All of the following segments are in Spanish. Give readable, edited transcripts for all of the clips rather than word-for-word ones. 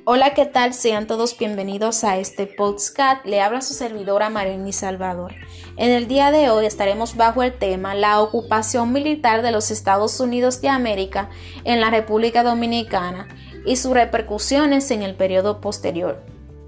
Hola, ¿qué tal? Sean todos bienvenidos a este podcast. Le habla su servidora Mareni Salvador. En el día de hoy estaremos bajo el tema la ocupación militar de los Estados Unidos de América en la República Dominicana y sus repercusiones en el periodo posterior.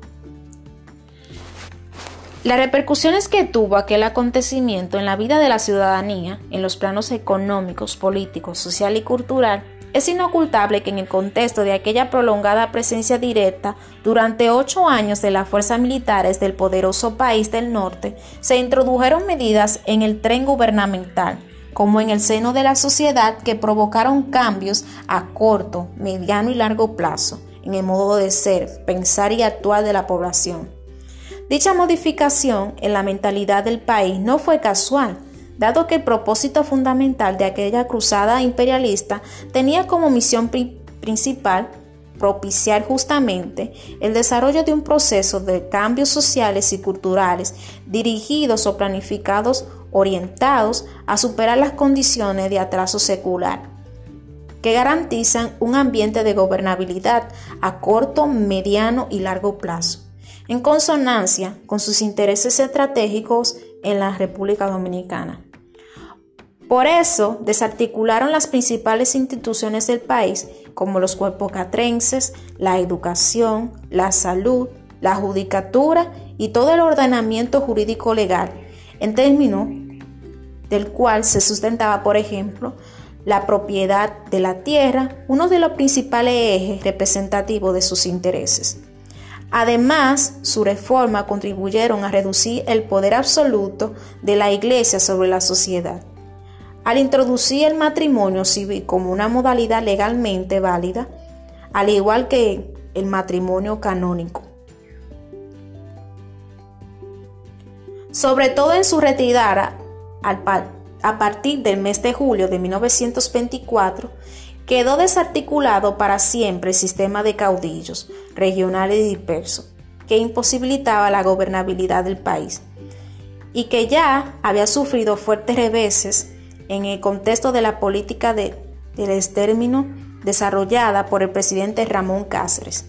Las repercusiones que tuvo aquel acontecimiento en la vida de la ciudadanía, en los planos económicos, políticos, social y cultural, es inocultable que en el contexto de aquella prolongada presencia directa durante 8 años de las fuerzas militares del poderoso país del norte, se introdujeron medidas en el tren gubernamental, como en el seno de la sociedad, que provocaron cambios a corto, mediano y largo plazo en el modo de ser, pensar y actuar de la población. Dicha modificación en la mentalidad del país no fue casual, dado que el propósito fundamental de aquella cruzada imperialista tenía como misión principal propiciar justamente el desarrollo de un proceso de cambios sociales y culturales dirigidos o planificados orientados a superar las condiciones de atraso secular, que garantizan un ambiente de gobernabilidad a corto, mediano y largo plazo, en consonancia con sus intereses estratégicos en la República Dominicana. Por eso, desarticularon las principales instituciones del país, como los cuerpos catrenses, la educación, la salud, la judicatura y todo el ordenamiento jurídico legal, en términos del cual se sustentaba, por ejemplo, la propiedad de la tierra, uno de los principales ejes representativos de sus intereses. Además, su reforma contribuyeron a reducir el poder absoluto de la Iglesia sobre la sociedad, al introducir el matrimonio civil como una modalidad legalmente válida, al igual que el matrimonio canónico. Sobre todo en su retirada, a partir del mes de julio de 1924, quedó desarticulado para siempre el sistema de caudillos regionales y dispersos, que imposibilitaba la gobernabilidad del país, y que ya había sufrido fuertes reveses en el contexto de la política del exterminio desarrollada por el presidente Ramón Cáceres.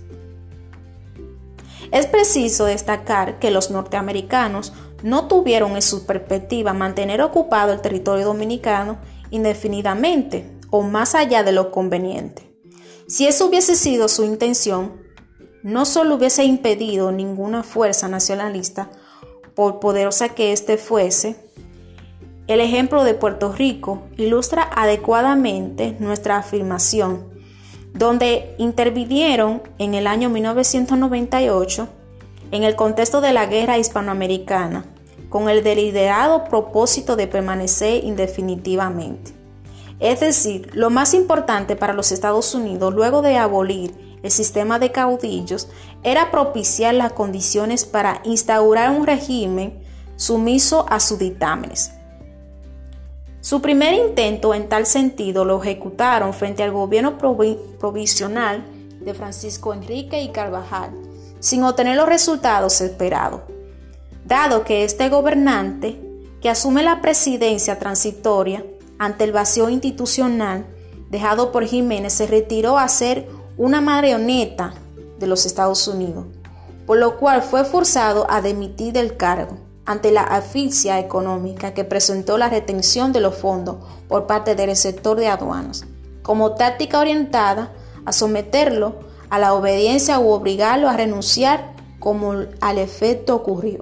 Es preciso destacar que los norteamericanos no tuvieron en su perspectiva mantener ocupado el territorio dominicano indefinidamente o más allá de lo conveniente. Si eso hubiese sido su intención, no solo hubiese impedido ninguna fuerza nacionalista, por poderosa que éste fuese. El ejemplo de Puerto Rico ilustra adecuadamente nuestra afirmación, donde intervinieron en el año 1998 en el contexto de la guerra hispanoamericana, con el deliberado propósito de permanecer indefinitivamente. Es decir, lo más importante para los Estados Unidos, luego de abolir el sistema de caudillos, era propiciar las condiciones para instaurar un régimen sumiso a sus dictámenes. Su primer intento en tal sentido lo ejecutaron frente al gobierno provisional de Francisco Enrique y Carvajal, sin obtener los resultados esperados, dado que este gobernante, que asume la presidencia transitoria ante el vacío institucional dejado por Jiménez, se retiró a ser una marioneta de los Estados Unidos, por lo cual fue forzado a dimitir del cargo ante la asfixia económica que presentó la retención de los fondos por parte del sector de aduanas, como táctica orientada a someterlo a la obediencia u obligarlo a renunciar, como al efecto ocurrió.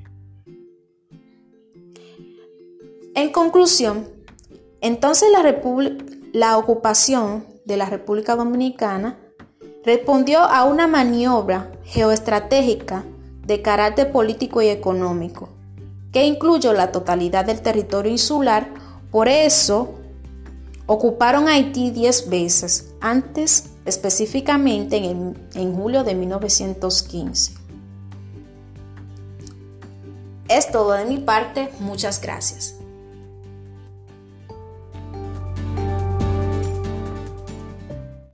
En conclusión, entonces la ocupación de la República Dominicana respondió a una maniobra geoestratégica de carácter político y económico, que incluyó la totalidad del territorio insular. Por eso, ocuparon Haití 10 veces, antes específicamente en julio de 1915. Es todo de mi parte, muchas gracias.